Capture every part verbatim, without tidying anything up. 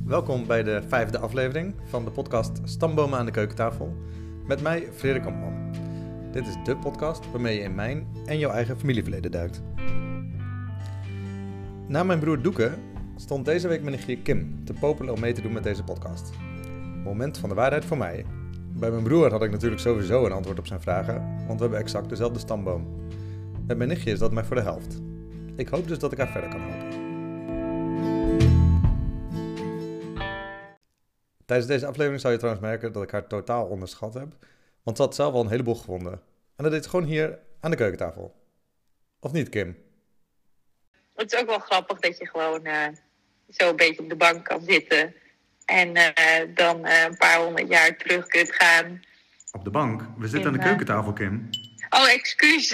Welkom bij de vijfde aflevering van de podcast Stambomen aan de keukentafel met mij, Frederik Kampman. Dit is de podcast waarmee je in mijn en jouw eigen familieverleden duikt. Na mijn broer Doeke stond deze week mijn nichtje Kim te popelen om mee te doen met deze podcast. Moment van de waarheid voor mij. Bij mijn broer had ik natuurlijk sowieso een antwoord op zijn vragen, want we hebben exact dezelfde stamboom. Met mijn nichtje is dat maar voor de helft. Ik hoop dus dat ik haar verder kan helpen. Tijdens deze aflevering zou je trouwens merken dat ik haar totaal onderschat heb, want ze had zelf al een heleboel gevonden. En dat deed ze gewoon hier aan de keukentafel. Of niet, Kim? Het is ook wel grappig dat je gewoon uh, zo een beetje op de bank kan zitten en uh, dan uh, een paar honderd jaar terug kunt gaan. Op de bank? We zitten in, aan de uh... keukentafel, Kim. Oh, excuus.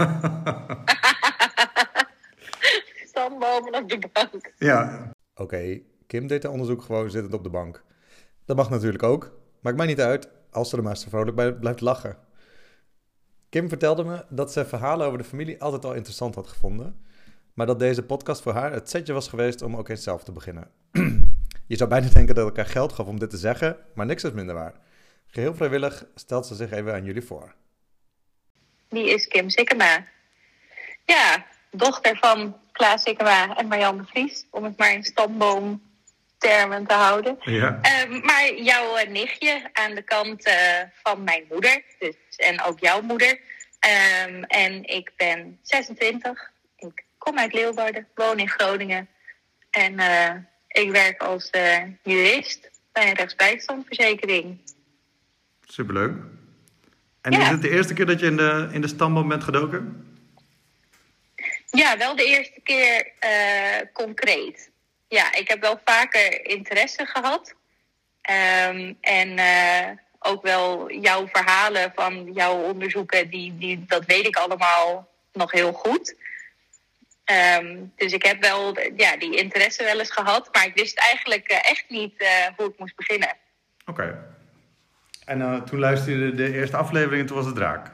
Stambomen op de bank. Ja. Oké, okay, Kim deed haar onderzoek gewoon zittend op de bank. Dat mag natuurlijk ook. Maakt mij niet uit als ze er maar zo vrolijk bij blijft lachen. Kim vertelde me dat ze verhalen over de familie altijd al interessant had gevonden, maar dat deze podcast voor haar het setje was geweest om ook eens zelf te beginnen. Je zou bijna denken dat ik haar geld gaf om dit te zeggen, maar niks is minder waar. Geheel vrijwillig stelt ze zich even aan jullie voor. Wie is Kim Sikkema? Ja, dochter van Klaas Sikkema en Marjan de Vries, om het maar in stamboomtermen te houden. Ja. Uh, maar jouw uh, nichtje aan de kant uh, van mijn moeder, dus, en ook jouw moeder. Um, en ik ben zesentwintig, ik kom uit Leeuwarden, woon in Groningen. En uh, ik werk als uh, jurist bij een rechtsbijstandverzekering. Superleuk. En ja. Is het de eerste keer dat je in de, in de stamboom bent gedoken? Ja, wel de eerste keer uh, concreet. Ja, ik heb wel vaker interesse gehad. Um, en uh, ook wel jouw verhalen van jouw onderzoeken, die, die, dat weet ik allemaal nog heel goed. Um, dus ik heb wel ja, die interesse wel eens gehad, maar ik wist eigenlijk uh, echt niet uh, hoe ik moest beginnen. Oké. Okay. En uh, toen luisterde je de eerste aflevering en toen was het raak?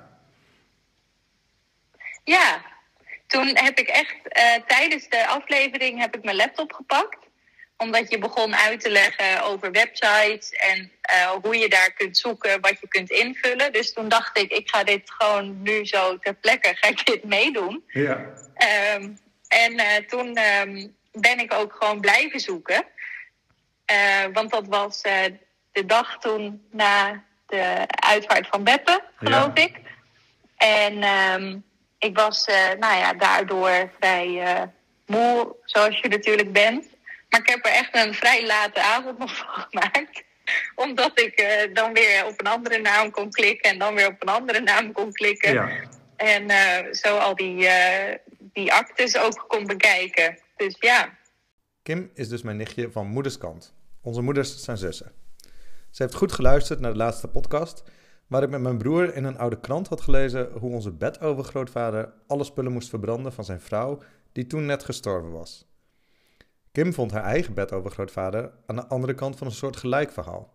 Ja, toen heb ik echt uh, tijdens de aflevering heb ik mijn laptop gepakt. Omdat je begon uit te leggen over websites en uh, hoe je daar kunt zoeken, wat je kunt invullen. Dus toen dacht ik, ik ga dit gewoon nu zo ter plekke, ga ik dit meedoen. Ja. Um, en uh, toen um, ben ik ook gewoon blijven zoeken. Uh, want dat was uh, de dag toen na de uitvaart van Beppe, geloof ja. ik. En um, ik was uh, nou ja, daardoor vrij uh, moe, zoals je natuurlijk bent. Maar ik heb er echt een vrij late avond nog van gemaakt. Omdat ik uh, dan weer op een andere naam kon klikken en dan weer op een andere naam kon klikken. Ja. En uh, zo al die, uh, die actes ook kon bekijken. Dus ja. Kim is dus mijn nichtje van moederskant. Onze moeders zijn zussen. Ze heeft goed geluisterd naar de laatste podcast, waar ik met mijn broer in een oude krant had gelezen hoe onze bedovergrootvader alle spullen moest verbranden van zijn vrouw, die toen net gestorven was. Kim vond haar eigen bedovergrootvader aan de andere kant van een soort gelijk verhaal.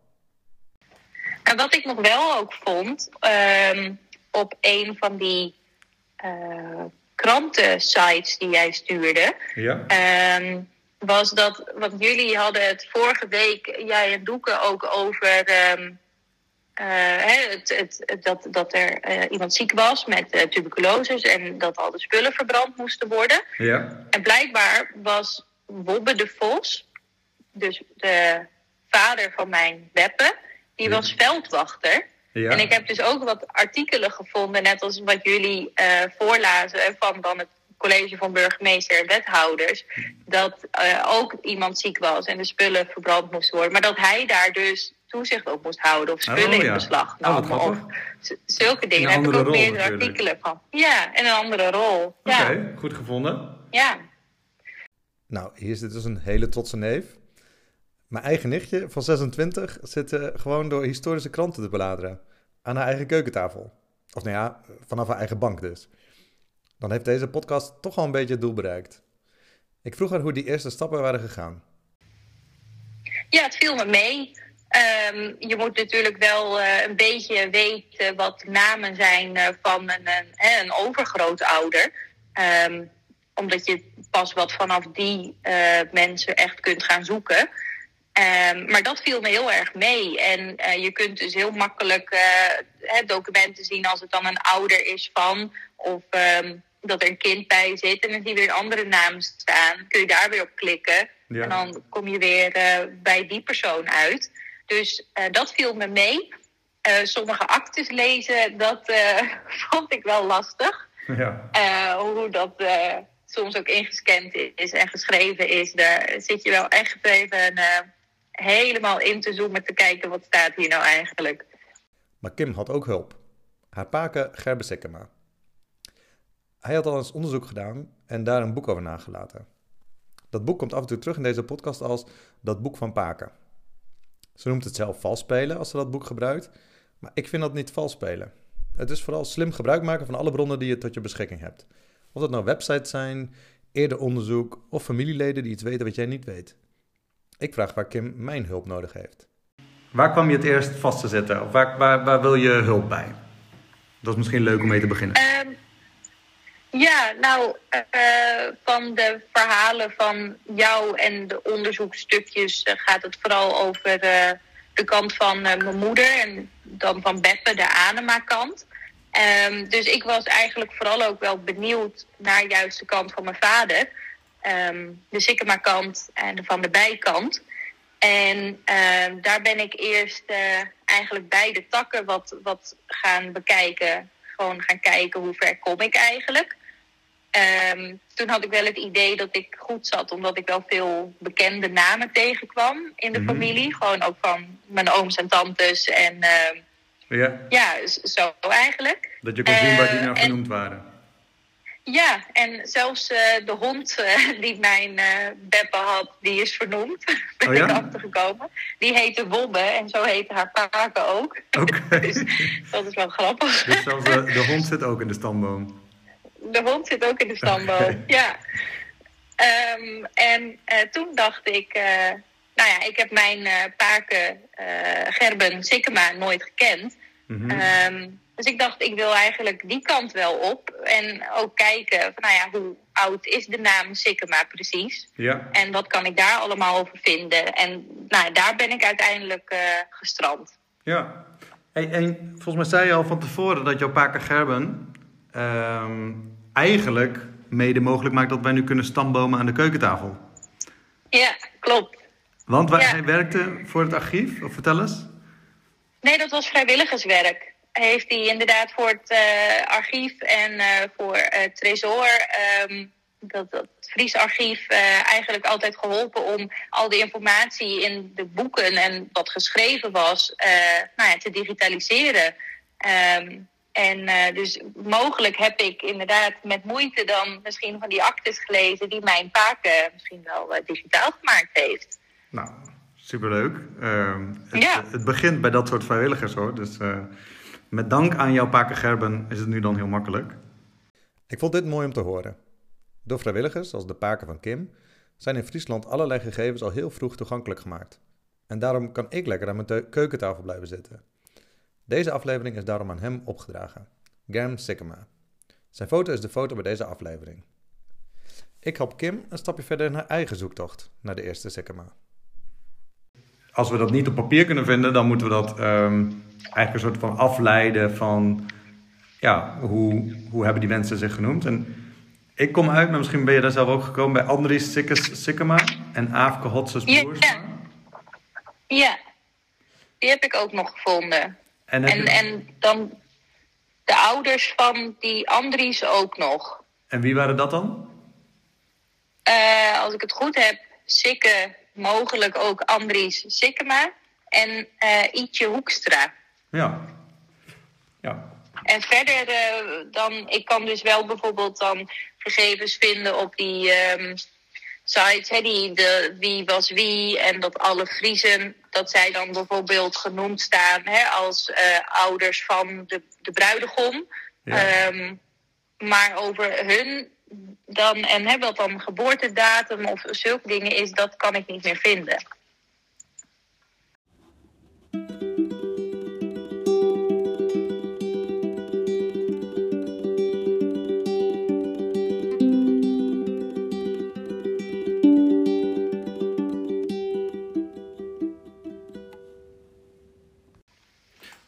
En wat ik nog wel ook vond, um, op een van die uh, krantensites die jij stuurde, ja. um, was dat, want jullie hadden het vorige week, jij en Doeke, ook over um, uh, het, het, het, dat, dat er uh, iemand ziek was met uh, tuberculose en dat al de spullen verbrand moesten worden. Ja. En blijkbaar was Wobbe de Vos, dus de vader van mijn Beppe, die ja. was veldwachter. Ja. En ik heb dus ook wat artikelen gevonden, net als wat jullie uh, voorlazen van dan het college van burgemeester en wethouders, dat uh, ook iemand ziek was en de spullen verbrand moesten worden. Maar dat hij daar dus toezicht op moest houden of spullen oh, ja. in beslag nam. Oh, of z- zulke dingen. Daar heb ik ook rol, meerdere natuurlijk. artikelen van. Ja, en een andere rol. Oké, ja. okay, goed gevonden. Ja. Nou, hier zit dus een hele trotse neef. Mijn eigen nichtje van zesentwintig zit uh, gewoon door historische kranten te bladeren. Aan haar eigen keukentafel. Of nou ja, vanaf haar eigen bank dus. Dan heeft deze podcast toch al een beetje het doel bereikt. Ik vroeg haar hoe die eerste stappen waren gegaan. Ja, het viel me mee. Um, je moet natuurlijk wel uh, een beetje weten wat namen zijn uh, van een, een, een overgrootouder. Um, omdat je pas wat vanaf die uh, mensen echt kunt gaan zoeken. Um, maar dat viel me heel erg mee. En uh, je kunt dus heel makkelijk uh, hè, documenten zien als het dan een ouder is van. Of um, dat er een kind bij zit. En dan zie je weer een andere naam staan. Kun je daar weer op klikken. Ja. En dan kom je weer uh, bij die persoon uit. Dus uh, dat viel me mee. Uh, sommige actes lezen, dat uh, vond ik wel lastig. Ja. Uh, hoe dat uh, soms ook ingescand is en geschreven is. Daar zit je wel echt even uh, helemaal in te zoomen te kijken wat staat hier nou eigenlijk. Maar Kim had ook hulp. Haar pake Gerben Sikkema. Hij had al eens onderzoek gedaan en daar een boek over nagelaten. Dat boek komt af en toe terug in deze podcast als dat boek van Paken. Ze noemt het zelf vals spelen als ze dat boek gebruikt, maar ik vind dat niet vals spelen. Het is vooral slim gebruik maken van alle bronnen die je tot je beschikking hebt. Of dat nou websites zijn, eerder onderzoek of familieleden die iets weten wat jij niet weet. Ik vraag waar Kim mijn hulp nodig heeft. Waar kwam je het eerst vast te zetten? Of waar, waar, waar wil je hulp bij? Dat is misschien leuk om mee te beginnen. Um, ja, nou, uh, van de verhalen van jou en de onderzoekstukjes uh, gaat het vooral over uh, de kant van uh, mijn moeder en dan van Beppe, de Anema-kant. Um, dus ik was eigenlijk vooral ook wel benieuwd naar juist de kant van mijn vader. Um, de Sikkema-kant en de Van der Bij-kant. En uh, daar ben ik eerst uh, eigenlijk beide takken wat, wat gaan bekijken. Gewoon gaan kijken hoe ver kom ik eigenlijk. Um, toen had ik wel het idee dat ik goed zat, omdat ik wel veel bekende namen tegenkwam in de mm-hmm. familie. Gewoon ook van mijn ooms en tantes en uh, ja. ja, zo eigenlijk. Dat je kon zien waar die nou genoemd en, waren. Ja, en zelfs uh, de hond uh, die mijn uh, Beppe had, die is vernoemd. Ben oh, ja? ik achtergekomen. Die heette Wobbe en zo heette haar pake ook. Okay. Dus dat is wel grappig. Dus zelfs de, de hond zit ook in de stamboom. De hond zit ook in de stamboom, okay. Ja. Um, en uh, toen dacht ik, uh, nou ja, ik heb mijn uh, pake uh, Gerben Sikkema nooit gekend. Mm-hmm. Um, dus ik dacht, ik wil eigenlijk die kant wel op. En ook kijken, van, nou ja, hoe oud is de naam Sikkema precies? Ja. En wat kan ik daar allemaal over vinden? En nou, daar ben ik uiteindelijk uh, gestrand. Ja, en, en volgens mij zei je al van tevoren dat jouw pake Gerben um, eigenlijk mede mogelijk maakt dat wij nu kunnen stambomen aan de keukentafel. Ja, klopt. Want waar ja. hij werkte voor het archief, of vertel eens? Nee, dat was vrijwilligerswerk. Heeft hij inderdaad voor het uh, archief en uh, voor uh, Tresor, um, dat, dat Fries archief, uh, eigenlijk altijd geholpen om al die informatie in de boeken en wat geschreven was, uh, nou ja, te digitaliseren. Um, en uh, dus mogelijk heb ik inderdaad met moeite dan misschien van die actes gelezen die mijn pake misschien wel uh, digitaal gemaakt heeft. Nou, superleuk. Uh, het, ja. het begint bij dat soort vrijwilligers hoor, dus... Uh... Met dank aan jouw pake Gerben is het nu dan heel makkelijk. Ik vond dit mooi om te horen. Door vrijwilligers, zoals de pake van Kim, zijn in Friesland allerlei gegevens al heel vroeg toegankelijk gemaakt. En daarom kan ik lekker aan mijn te- keukentafel blijven zitten. Deze aflevering is daarom aan hem opgedragen. Gerben Sikkema. Zijn foto is de foto bij deze aflevering. Ik help Kim een stapje verder in haar eigen zoektocht naar de eerste Sikkema. Als we dat niet op papier kunnen vinden, dan moeten we dat... Um... eigenlijk een soort van afleiden van, ja, hoe, hoe hebben die mensen zich genoemd. En ik kom uit, maar misschien ben je daar zelf ook gekomen, bij Andries Sikkema en Aafke Hotses Boersma. Ja. ja, die heb ik ook nog gevonden. En, en, je... en dan de ouders van die Andries ook nog. En wie waren dat dan? Uh, als ik het goed heb, Sikke, mogelijk ook Andries Sikkema en uh, Ietje Hoekstra. Ja. ja. En verder uh, dan, ik kan dus wel bijvoorbeeld dan gegevens vinden op die um, sites, hè, die de wie was wie en dat alle Friezen, dat zij dan bijvoorbeeld genoemd staan hè, als uh, ouders van de, de bruidegom. Ja. Um, maar over hun dan, en hè, wat dan geboortedatum of zulke dingen is, dat kan ik niet meer vinden.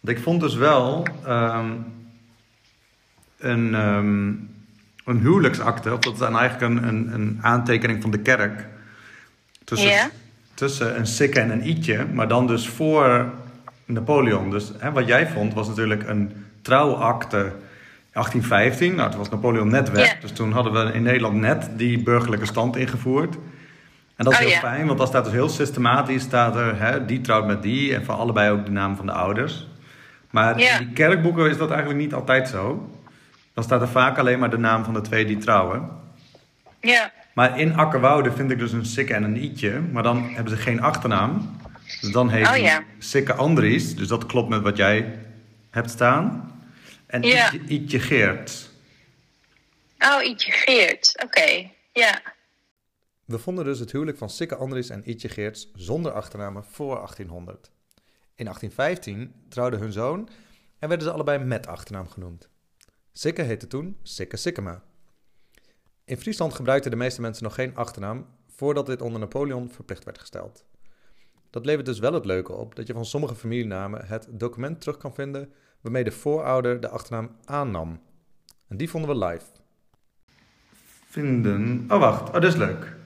Want ik vond dus wel um, een, um, een huwelijksakte, of dat is dan eigenlijk een, een, een aantekening van de kerk. Tussen, Ja. tussen een sikke en een i'tje, maar dan dus voor Napoleon. Dus hè, wat jij vond was natuurlijk een trouwakte achttien vijftien. Nou, toen was Napoleon net weg. Ja. Dus toen hadden we in Nederland net die burgerlijke stand ingevoerd. En dat is Oh, heel ja. fijn, want dan staat dus heel systematisch, staat er, hè, die trouwt met die en voor allebei ook de naam van de ouders. Maar Ja. in die kerkboeken is dat eigenlijk niet altijd zo. Dan staat er vaak alleen maar de naam van de twee die trouwen. Ja. Maar in Akkerwoude vind ik dus een sikke en een i'tje, maar dan hebben ze geen achternaam. Dus dan heet Oh, die ja. Sikke Andries, dus dat klopt met wat jij hebt staan. En Ja. i'tje, i'tje Geert. Oh, Ietje Geert. Oké. Ja. We vonden dus het huwelijk van Sikke Andries en Ietje Geerts zonder achternamen voor achttienhonderd. In achttien vijftien trouwden hun zoon en werden ze allebei met achternaam genoemd. Sikke heette toen Sikke Sikkema. In Friesland gebruikten de meeste mensen nog geen achternaam voordat dit onder Napoleon verplicht werd gesteld. Dat levert dus wel het leuke op dat je van sommige familienamen het document terug kan vinden waarmee de voorouder de achternaam aannam. En die vonden we live. Vinden. Oh, wacht. Oh, dat is leuk.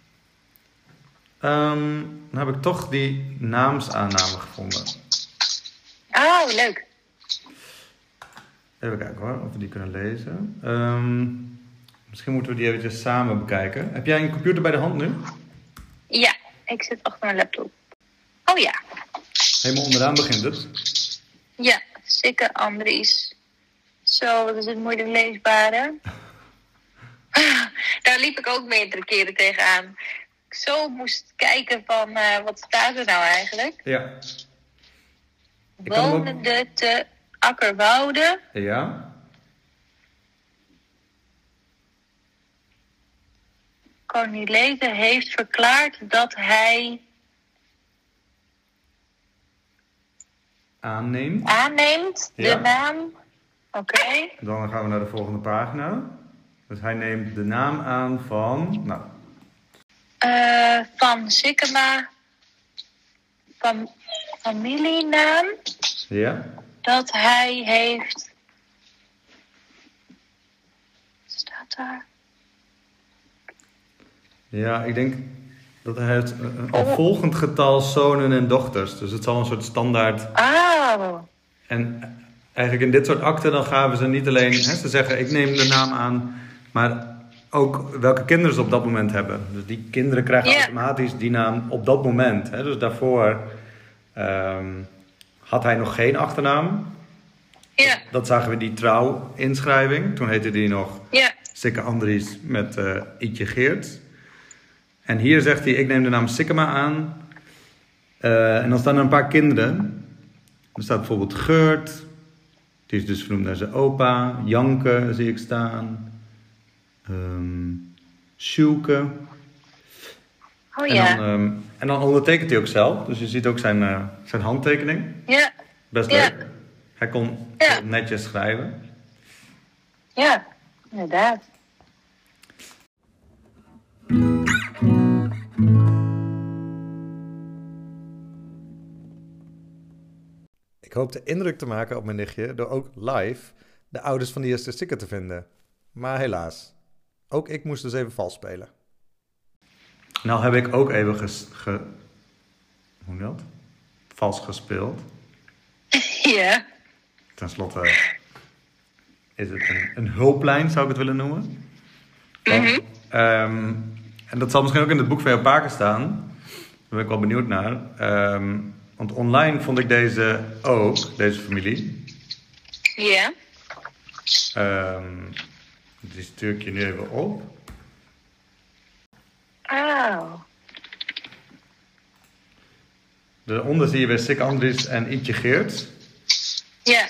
Um, dan heb ik toch die naamsaanname gevonden. Oh, leuk. Even kijken hoor, of we die kunnen lezen. Um, misschien moeten we die eventjes samen bekijken. Heb jij een computer bij de hand nu? Ja, ik zit achter mijn laptop. Oh ja. Helemaal onderaan begint het. Ja, Sikke Andries. Zo, wat is het moeilijk leesbare. Daar liep ik ook meerdere keren tegenaan. Ik zo moest kijken van, uh, wat staat er nou eigenlijk? Ja. Ik kan hem ook- Wonende te Akkerwoude. Ja. Koning Lezen heeft verklaard dat hij Aanneemt. aanneemt de Ja. naam. Oké. Dan gaan we naar de volgende pagina. Dus hij neemt de naam aan van... Nou, Uh, van Sikkema. Van familienaam. ja. Dat hij heeft. Wat staat daar? Ja, ik denk dat hij heeft een, een volgend getal zonen en dochters. Dus het zal een soort standaard... Oh. En eigenlijk in dit soort akten dan gaven ze niet alleen... Hè, ze zeggen, ik neem de naam aan, maar ook welke kinderen ze op dat moment hebben. Dus die kinderen krijgen Ja. automatisch die naam op dat moment. Hè. Dus daarvoor um, had hij nog geen achternaam. Ja. Dat zagen we die trouwinschrijving. Toen heette die nog Ja. Sikke Andries met uh, i'tje Geert. En hier zegt hij, ik neem de naam Sikkema aan. Uh, en dan staan er een paar kinderen. Er staat bijvoorbeeld Geurt. Die is dus vernoemd naar zijn opa. Janke zie ik staan. Um, Sjoeke. Oh En, ja. dan, um, en dan ondertekent hij ook zelf. Dus je ziet ook zijn, uh, zijn handtekening. Ja. Best Ja. leuk. Hij kon Ja. heel netjes schrijven. Ja. Inderdaad. Ik hoopte indruk te maken op mijn nichtje door ook live de ouders van die eerste Sikke te vinden. Maar helaas, ook ik moest dus even vals spelen. Nou heb ik ook even ges, ge, hoe noem je dat? Vals gespeeld. Ja. Ten slotte is het een, een hulplijn, zou ik het willen noemen. Want, Mhm. um, en dat zal misschien ook in het boek van jouw paken staan. Daar ben ik wel benieuwd naar. Um, want online vond ik deze ook, deze familie. Ja. Um, die stuur ik je nu even op. Oh. Daaronder zie je weer Sikke Andries en i'tje Geert. Ja.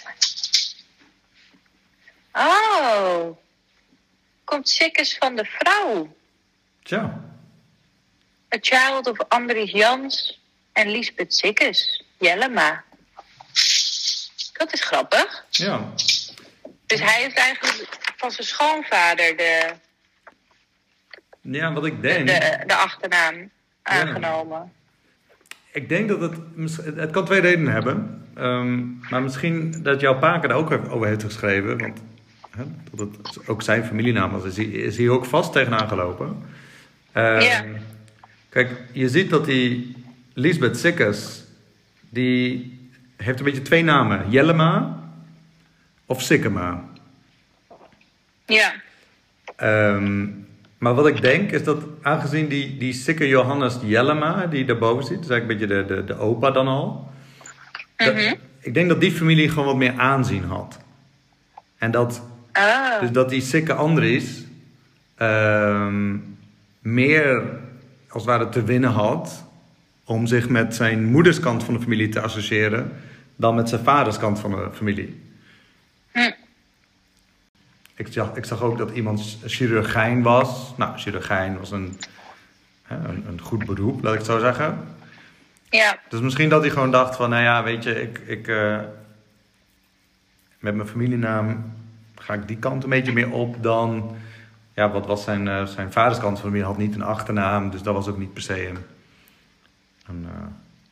Oh. Komt Sikkes van de vrouw. Tja, A child of Andries Jans en Liesbeth Sikkes. Jellema. Dat is grappig. ja. Dus hij heeft eigenlijk van zijn schoonvader de, Ja, wat ik de, denk... de, de achternaam aangenomen. Ik denk dat het... mis- Het kan twee redenen hebben. Um, maar misschien dat jouw pa er ook over heeft geschreven. Want hè, dat het ook zijn familienaam was. Is hij, is hij ook vast tegenaan gelopen. Um, Ja. Kijk, je ziet dat die Liesbeth Sikkes... die heeft een beetje twee namen. Jellema of Sikkema. Ja. Um, maar wat ik denk is dat aangezien die, die Sikke Johannes Jellema... die daarboven zit, is eigenlijk een beetje de, de, de opa dan al... Dat, Mhm. ik denk dat die familie gewoon wat meer aanzien had. En dat, Oh. dus dat die Sikke Andries um, meer als het ware te winnen had om zich met zijn moederskant van de familie te associëren dan met zijn vaderskant van de familie. Hm. Ik zag, ik zag ook dat iemand chirurgijn was. Nou, chirurgijn was een, hè, een, een goed beroep, laat ik het zo zeggen. Ja. Dus misschien dat hij gewoon dacht van, nou ja, weet je, ik, ik uh, met mijn familienaam ga ik die kant een beetje meer op dan, ja, wat was zijn, uh, zijn vaderskant van de familie had niet een achternaam, dus dat was ook niet per se een, een uh,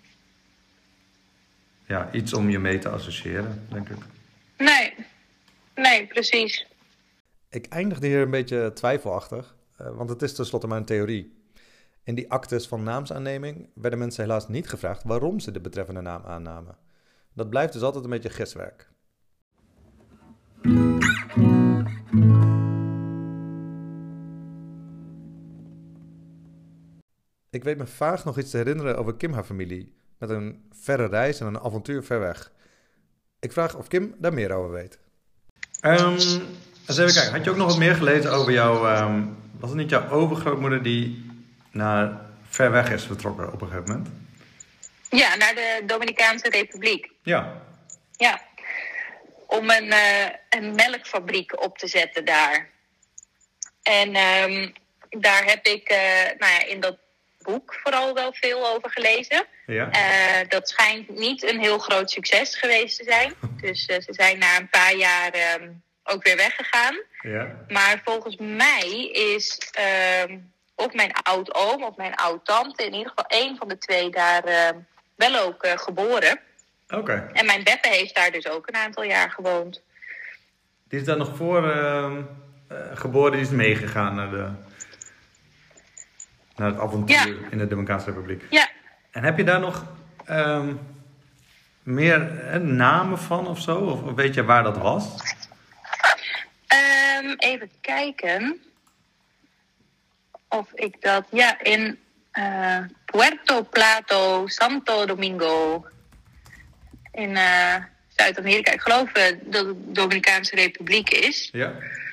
ja, iets om je mee te associëren, denk ik. Nee. Nee, precies. Ik eindigde hier een beetje twijfelachtig, uh, want het is tenslotte maar een theorie. In die actes van naamsaanneming werden mensen helaas niet gevraagd waarom ze de betreffende naam aannamen. Dat blijft dus altijd een beetje giswerk. Ik weet me vaag nog iets te herinneren over Kim haar familie, met een verre reis en een avontuur ver weg. Ik vraag of Kim daar meer over weet. Um, eens even kijken, had je ook nog wat meer gelezen over jouw, um, was het niet jouw overgrootmoeder die naar ver weg is vertrokken op een gegeven moment? Ja, naar de Dominicaanse Republiek. Ja. Ja. Om een, uh, een melkfabriek op te zetten daar. En um, daar heb ik uh, nou ja, in dat boek vooral wel veel over gelezen. Ja. Uh, dat schijnt niet een heel groot succes geweest te zijn. Dus uh, ze zijn na een paar jaar um, ook weer weggegaan. Ja. Maar volgens mij is um, of mijn oud-oom of mijn oud-tante, in ieder geval één van de twee, daar uh, wel ook uh, geboren. Oké. Okay. En mijn beppe heeft daar dus ook een aantal jaar gewoond. Die is daar nog voor uh, uh, geboren, die is meegegaan naar, de, naar het avontuur ja. in de Dominicaanse Republiek. Ja. En heb je daar nog um, meer eh, namen van of zo? Of weet je waar dat was? Um, even kijken of ik dat... Ja, in uh, Puerto Plata, Santo Domingo. In uh, Zuid-Amerika. Ik geloof uh, dat het de Dominicaanse Republiek is. Ja.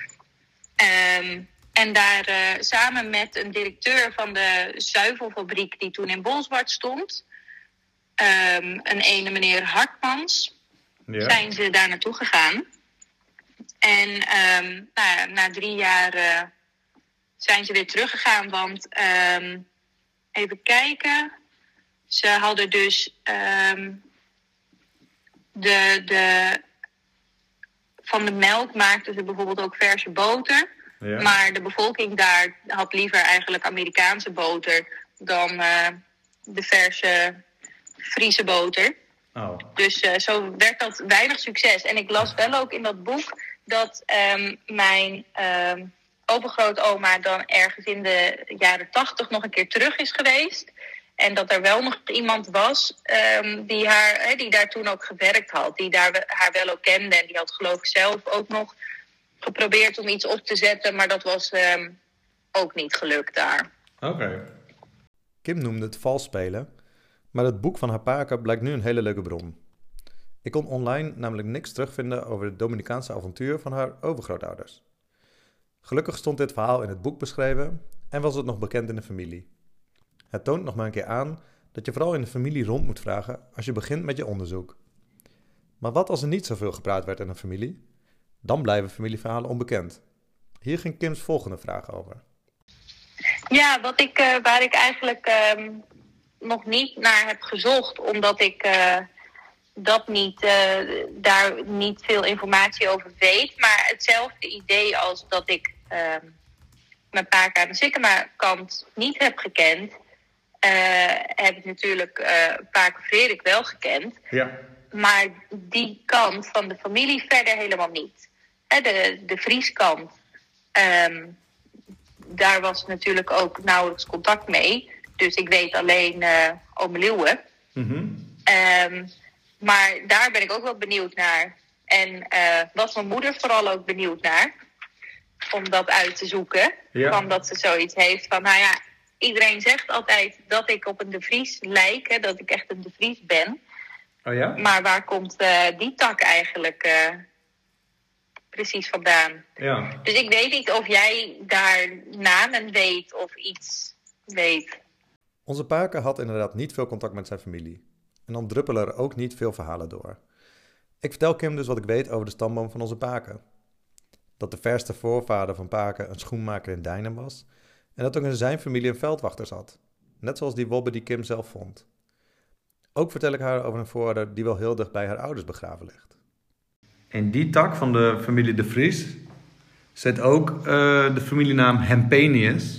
Um, en daar uh, samen met een directeur van de zuivelfabriek die toen in Bolsward stond, um, een ene meneer Hartmans, ja. zijn ze daar naartoe gegaan. En um, nou ja, na drie jaar uh, zijn ze weer teruggegaan, want um, even kijken, ze hadden dus um, de, de, van de melk maakten ze bijvoorbeeld ook verse boter. Ja. Maar de bevolking daar had liever eigenlijk Amerikaanse boter dan uh, de verse Friese boter. Oh. Dus uh, zo werd dat weinig succes. En ik las wel ook in dat boek dat um, mijn um, overgrootoma dan ergens in de jaren tachtig nog een keer terug is geweest. En dat er wel nog iemand was um, die, haar, he, die daar toen ook gewerkt had. Die daar, haar wel ook kende. En die had geloof ik zelf ook nog geprobeerd om iets op te zetten. Maar dat was um, ook niet gelukt daar. Oké. Okay. Kim noemde het vals spelen. Maar het boek van haar paken blijkt nu een hele leuke bron. Ik kon online namelijk niks terugvinden over het Dominicaanse avontuur van haar overgrootouders. Gelukkig stond dit verhaal in het boek beschreven en was het nog bekend in de familie. Het toont nog maar een keer aan dat je vooral in de familie rond moet vragen als je begint met je onderzoek. Maar wat als er niet zoveel gepraat werd in een familie? Dan blijven familieverhalen onbekend. Hier ging Kim's volgende vraag over. Ja, wat ik, uh, waar ik eigenlijk uh, nog niet naar heb gezocht, omdat ik uh, dat niet, uh, daar niet veel informatie over weet. Maar hetzelfde idee als dat ik uh, mijn paak aan de Sikkema kant niet heb gekend. uh, heb ik natuurlijk uh, Paken Frederik wel gekend. Ja. Maar die kant van de familie verder helemaal niet. Hè, de, de Vrieskant, um, daar was natuurlijk ook nauwelijks contact mee. Dus ik weet alleen uh, Ome Leeuwen. Mm-hmm. Um, maar daar ben ik ook wel benieuwd naar. En uh, was mijn moeder vooral ook benieuwd naar. Om dat uit te zoeken. Ja. Van dat ze zoiets heeft van, nou ja, iedereen zegt altijd dat ik op een De Vries lijk. Hè, dat ik echt een De Vries ben. Oh ja? Maar waar komt uh, die tak eigenlijk uh, precies vandaan? Ja. Dus ik weet niet of jij daar namen weet of iets weet. Onze Paken had inderdaad niet veel contact met zijn familie. En dan druppelen er ook niet veel verhalen door. Ik vertel Kim dus wat ik weet over de stamboom van onze Paken. Dat de verste voorvader van Paken een schoenmaker in Dijnen was. En dat ook in zijn familie een veldwachter zat. Net zoals die wobbe die Kim zelf vond. Ook vertel ik haar over een voorouder die wel heel dicht bij haar ouders begraven ligt. In die tak van de familie De Vries zit ook uh, de familienaam Hempenius.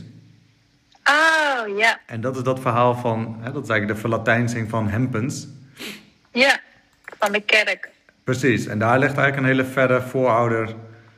Oh, ja. En dat is dat verhaal van, hè, dat is eigenlijk de verlatijnsing van Hempens. Ja, van de kerk. Precies, en daar ligt eigenlijk een hele verre voorouder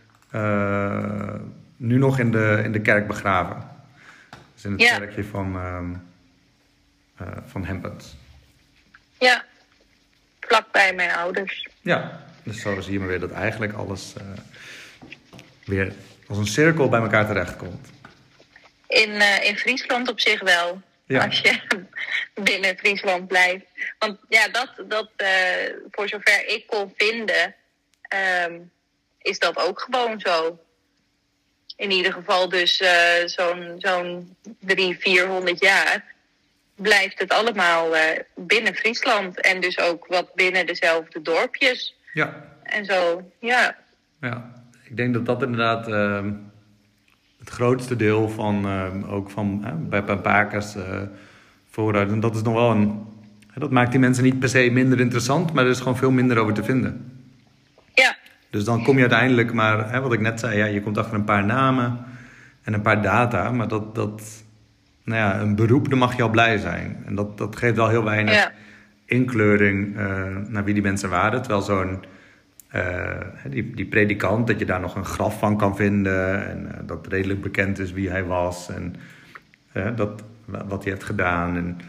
uh, nu nog in de, in de kerk begraven. Dus in het ja. kerkje van, uh, uh, van Hempens. Ja, vlakbij mijn ouders. Ja, dus zo zie je maar weer dat eigenlijk alles uh, weer als een cirkel bij elkaar terechtkomt. In, uh, in Friesland op zich wel. Ja. Als je binnen Friesland blijft. Want ja, dat, dat uh, voor zover ik kon vinden, um, is dat ook gewoon zo. In ieder geval dus uh, zo'n, zo'n drie, vierhonderd jaar blijft het allemaal uh, binnen Friesland. En dus ook wat binnen dezelfde dorpjes. Ja. En zo, ja. Ja, ik denk dat dat inderdaad uh, het grootste deel van, uh, ook van uh, bij Pakers uh, vooruit. En dat is nog wel een, dat maakt die mensen niet per se minder interessant, maar er is gewoon veel minder over te vinden. Ja. Dus dan kom je uiteindelijk maar, hè, wat ik net zei, ja, je komt achter een paar namen en een paar data, maar dat, dat nou ja, een beroep, dan mag je al blij zijn. En dat, dat geeft wel heel weinig ja. inkleuring uh, naar wie die mensen waren. Terwijl zo'n, uh, die, die predikant, dat je daar nog een graf van kan vinden en uh, dat redelijk bekend is wie hij was en uh, dat, wat hij heeft gedaan. En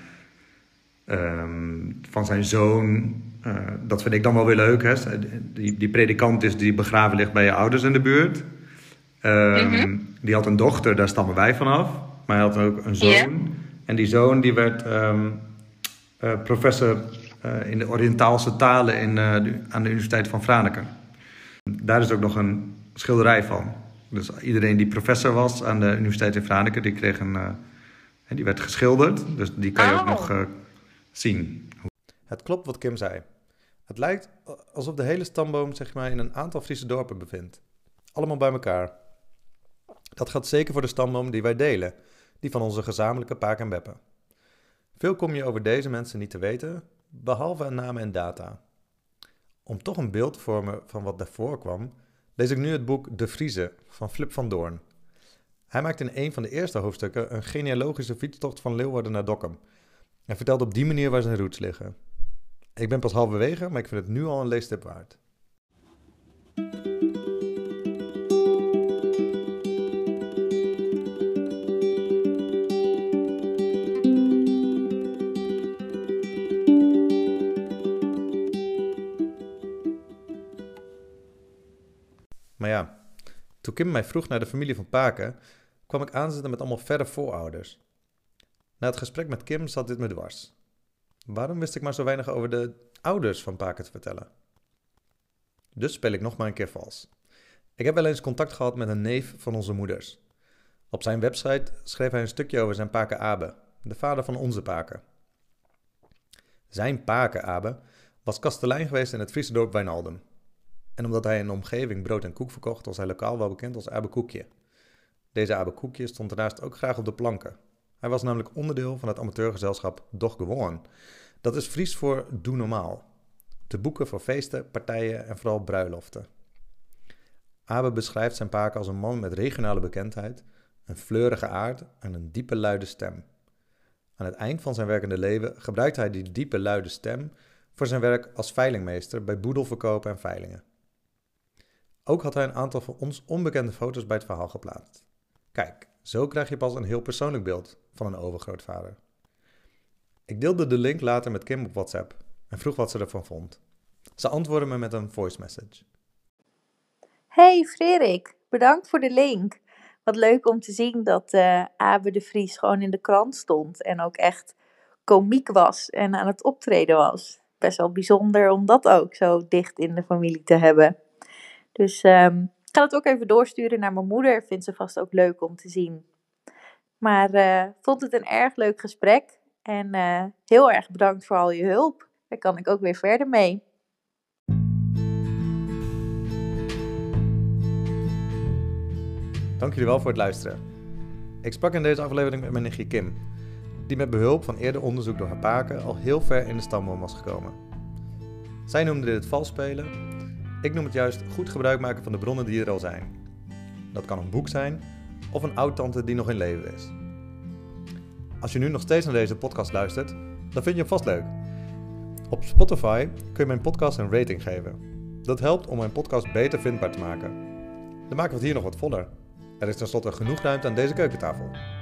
um, van zijn zoon, uh, dat vind ik dan wel weer leuk. Hè? Die, die predikant is die begraven ligt bij je ouders in de buurt. Um, mm-hmm. Die had een dochter, daar stammen wij vanaf. Maar hij had ook een zoon. Yeah. En die zoon die werd um, uh, professor uh, in de Oriëntaalse talen in, uh, de, aan de Universiteit van Franeker. Daar is ook nog een schilderij van. Dus iedereen die professor was aan de Universiteit in Franeker, die kreeg een, uh, die werd geschilderd. Dus die kan je oh. ook nog uh, zien. Het klopt wat Kim zei. Het lijkt alsof de hele stamboom zich maar in een aantal Friese dorpen bevindt. Allemaal bij elkaar. Dat geldt zeker voor de stamboom die wij delen, die van onze gezamenlijke Paken en Beppen. Veel kom je over deze mensen niet te weten, behalve aan namen en data. Om toch een beeld te vormen van wat daarvoor kwam, lees ik nu het boek De Friese van Flip van Doorn. Hij maakt in een van de eerste hoofdstukken een genealogische fietstocht van Leeuwarden naar Dokkum en vertelt op die manier waar zijn roots liggen. Ik ben pas halverwege, maar ik vind het nu al een leestip waard. Maar ja, toen Kim mij vroeg naar de familie van Paken, kwam ik aanzetten met allemaal verre voorouders. Na het gesprek met Kim zat dit me dwars. Waarom wist ik maar zo weinig over de ouders van Paken te vertellen? Dus speel ik nog maar een keer vals. Ik heb wel eens contact gehad met een neef van onze moeders. Op zijn website schreef hij een stukje over zijn Paken Abe, de vader van onze Paken. Zijn Paken Abe was kastelein geweest in het Friese dorp Wijnaldum. En omdat hij in de omgeving brood en koek verkocht, was hij lokaal wel bekend als Abe Koekje. Deze Abe Koekje stond daarnaast ook graag op de planken. Hij was namelijk onderdeel van het amateurgezelschap Doch Gewoon. Dat is Fries voor Doe Normaal. Te boeken voor feesten, partijen en vooral bruiloften. Abe beschrijft zijn Paken als een man met regionale bekendheid, een fleurige aard en een diepe luide stem. Aan het eind van zijn werkende leven gebruikte hij die diepe luide stem voor zijn werk als veilingmeester bij boedelverkopen en veilingen. Ook had hij een aantal voor ons onbekende foto's bij het verhaal geplaatst. Kijk, zo krijg je pas een heel persoonlijk beeld van een overgrootvader. Ik deelde de link later met Kim op WhatsApp en vroeg wat ze ervan vond. Ze antwoordde me met een voice message. Hey Frederik, bedankt voor de link. Wat leuk om te zien dat uh, Abe de Vries gewoon in de krant stond en ook echt komiek was en aan het optreden was. Best wel bijzonder om dat ook zo dicht in de familie te hebben. Dus um, ik ga het ook even doorsturen naar mijn moeder. Vindt ze vast ook leuk om te zien. Maar uh, vond het een erg leuk gesprek. En uh, heel erg bedankt voor al je hulp. Daar kan ik ook weer verder mee. Dank jullie wel voor het luisteren. Ik sprak in deze aflevering met mijn nichtje Kim, die met behulp van eerder onderzoek door haar paken al heel ver in de stamboom was gekomen. Zij noemde dit het vals spelen. Ik noem het juist goed gebruik maken van de bronnen die er al zijn. Dat kan een boek zijn of een oud-tante die nog in leven is. Als je nu nog steeds naar deze podcast luistert, dan vind je hem vast leuk. Op Spotify kun je mijn podcast een rating geven. Dat helpt om mijn podcast beter vindbaar te maken. Dan maken we het hier nog wat voller. Er is tenslotte genoeg ruimte aan deze keukentafel.